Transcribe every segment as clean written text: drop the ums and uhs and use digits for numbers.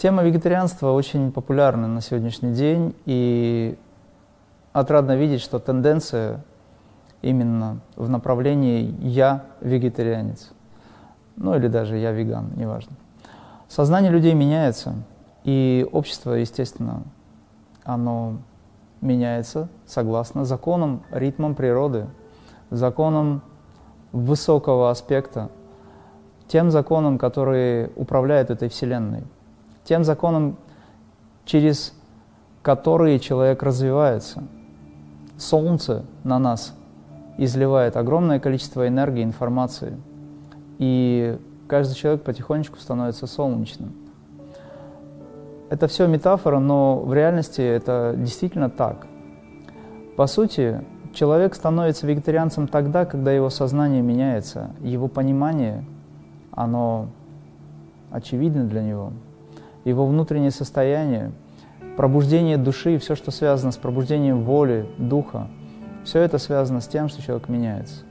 Тема вегетарианства очень популярна на сегодняшний день, и отрадно видеть, что тенденция именно в направлении «я вегетарианец», ну или даже «я веган», неважно. Сознание людей меняется, и общество, естественно, оно меняется согласно законам, ритмам природы, законам высокого аспекта, тем законам, которые управляют этой Вселенной, тем законам, через которые человек развивается. Солнце на нас изливает огромное количество энергии, информации, и каждый человек потихонечку становится солнечным. Это все метафора, но в реальности это действительно так. По сути, человек становится вегетарианцем тогда, когда его сознание меняется, его понимание, оно очевидно для него, его внутреннее состояние, пробуждение души, все, что связано с пробуждением воли, духа, все это связано с тем, что человек меняется.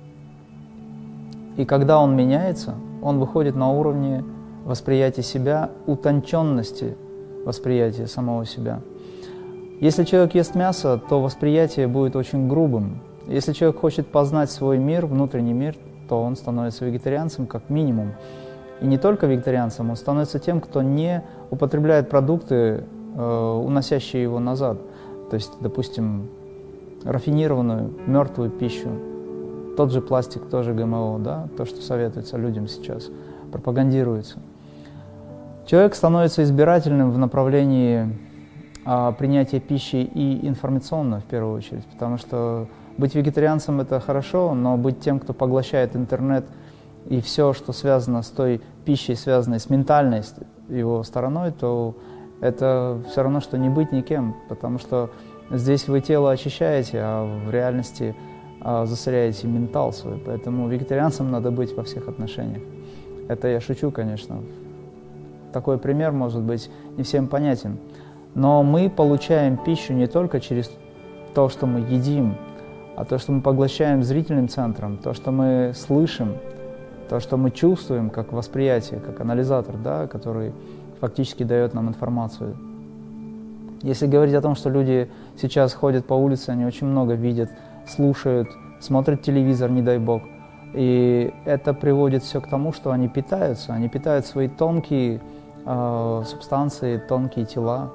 И когда он меняется, он выходит на уровне восприятия себя, утонченности восприятия самого себя. Если человек ест мясо, то восприятие будет очень грубым. Если человек хочет познать свой мир, внутренний мир, то он становится вегетарианцем как минимум. И не только вегетарианцем, он становится тем, кто не употребляет продукты, уносящие его назад. То есть, допустим, рафинированную, мертвую пищу, тот же пластик, тоже ГМО, да, то, что советуется людям сейчас, пропагандируется. Человек становится избирательным в направлении принятия пищи и информационно, в первую очередь, потому что быть вегетарианцем – это хорошо, но быть тем, кто поглощает интернет и все, что связано с той пищей, связанной с ментальной его стороной, то это все равно, что не быть никем, потому что здесь вы тело очищаете, а в реальности засоряете ментал свой. Поэтому вегетарианцем надо быть во всех отношениях. Это я шучу, конечно. Такой пример, может быть, не всем понятен. Но мы получаем пищу не только через то, что мы едим, а то, что мы поглощаем зрительным центром, то, что мы слышим, то, что мы чувствуем, как восприятие, как анализатор, да, который фактически дает нам информацию. Если говорить о том, что люди сейчас ходят по улице, они очень много видят, слушают, смотрят телевизор, не дай бог, и это приводит все к тому, что они питают свои тонкие субстанции, тонкие тела.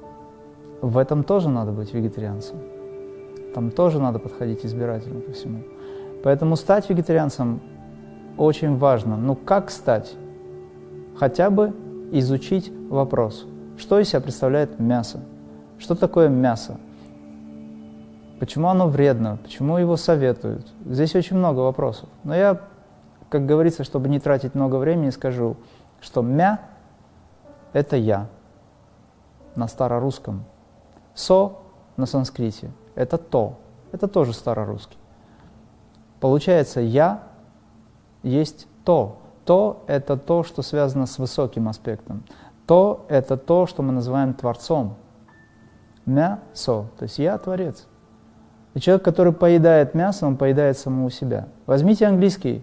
В этом тоже надо быть вегетарианцем. Там тоже надо подходить избирательно ко всему. Поэтому стать вегетарианцем очень важно. Ну как стать? Хотя бы изучить вопрос. Что из себя представляет мясо? Что такое мясо? Почему оно вредно? Почему его советуют? Здесь очень много вопросов. Но я, как говорится, чтобы не тратить много времени, скажу, что «мя» – это «я» на старорусском. «Со» на санскрите – это «то». Это тоже старорусский. Получается, «я» есть «то». «То» – это то, что связано с высоким аспектом. «То» – это то, что мы называем Творцом. «Мя-со», то есть «я» – Творец. И человек, который поедает мясо, он поедает самого себя. Возьмите английский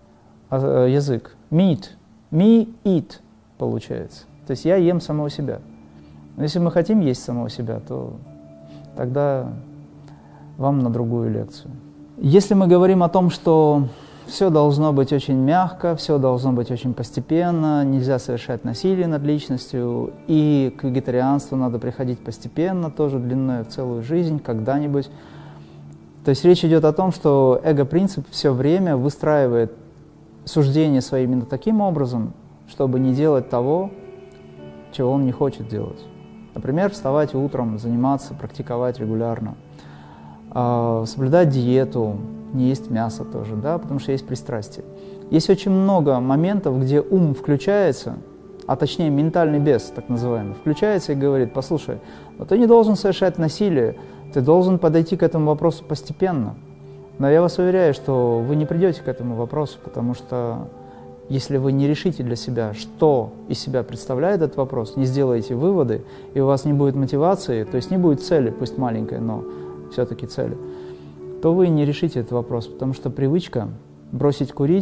язык. Meat. Me eat получается. То есть я ем самого себя. Но если мы хотим есть самого себя, то тогда вам на другую лекцию. Если мы говорим о том, что все должно быть очень мягко, все должно быть очень постепенно, нельзя совершать насилие над личностью, и к вегетарианству надо приходить постепенно, тоже длиной в целую жизнь, когда-нибудь. То есть речь идет о том, что эго-принцип все время выстраивает суждения свои именно таким образом, чтобы не делать того, чего он не хочет делать. Например, вставать утром, заниматься, практиковать регулярно, соблюдать диету, не есть мясо тоже, да, потому что есть пристрастие. Есть очень много моментов, где ум включается, а точнее ментальный бес, так называемый, включается и говорит: послушай, но ты не должен совершать насилие, ты должен подойти к этому вопросу постепенно. Но я вас уверяю, что вы не придете к этому вопросу, потому что если вы не решите для себя, что из себя представляет этот вопрос, не сделаете выводы, и у вас не будет мотивации, то есть не будет цели, пусть маленькой, но все-таки цели, то вы не решите этот вопрос, потому что привычка бросить курить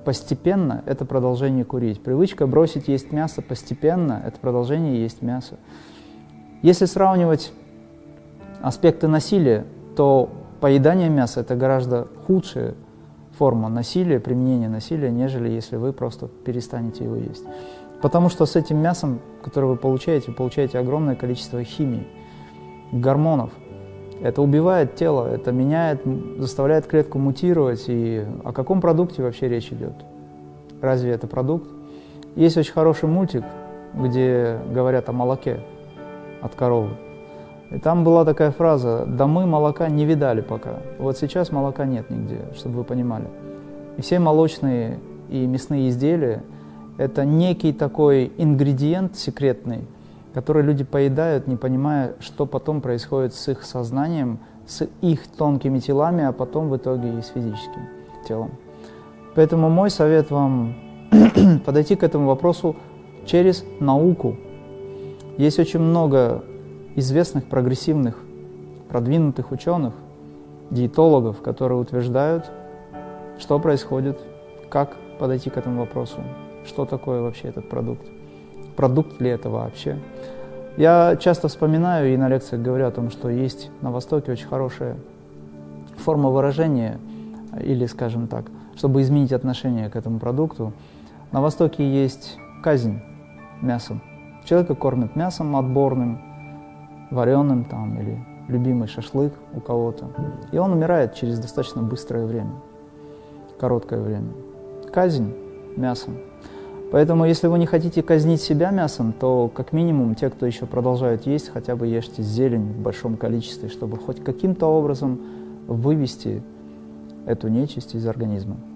постепенно – это продолжение курить. Привычка бросить есть мясо постепенно – это продолжение есть мясо. Если сравнивать аспекты насилия, то поедание мяса – это гораздо худшая форма насилия, применения насилия, нежели если вы просто перестанете его есть. Потому что с этим мясом, которое вы получаете огромное количество химии, гормонов. Это убивает тело, это меняет, заставляет клетку мутировать. И о каком продукте вообще речь идет? Разве это продукт? Есть очень хороший мультик, где говорят о молоке от коровы. И там была такая фраза: «Да мы молока не видали пока». Вот сейчас молока нет нигде, чтобы вы понимали. И все молочные и мясные изделия – это некий такой ингредиент секретный, который люди поедают, не понимая, что потом происходит с их сознанием, с их тонкими телами, а потом в итоге и с физическим телом. Поэтому мой совет вам – подойти к этому вопросу через науку. Есть очень много известных, прогрессивных, продвинутых ученых, диетологов, которые утверждают, что происходит, как подойти к этому вопросу, что такое вообще этот продукт, продукт ли это вообще. Я часто вспоминаю и на лекциях говорю о том, что есть на Востоке очень хорошая форма выражения, или, скажем так, чтобы изменить отношение к этому продукту. На Востоке есть казнь мясом. Человека кормят мясом отборным, вареным там, или любимый шашлык у кого-то. И он умирает через достаточно быстрое время, короткое время. Казнь мясом. Поэтому, если вы не хотите казнить себя мясом, то, как минимум, те, кто еще продолжают есть, хотя бы ешьте зелень в большом количестве, чтобы хоть каким-то образом вывести эту нечисть из организма.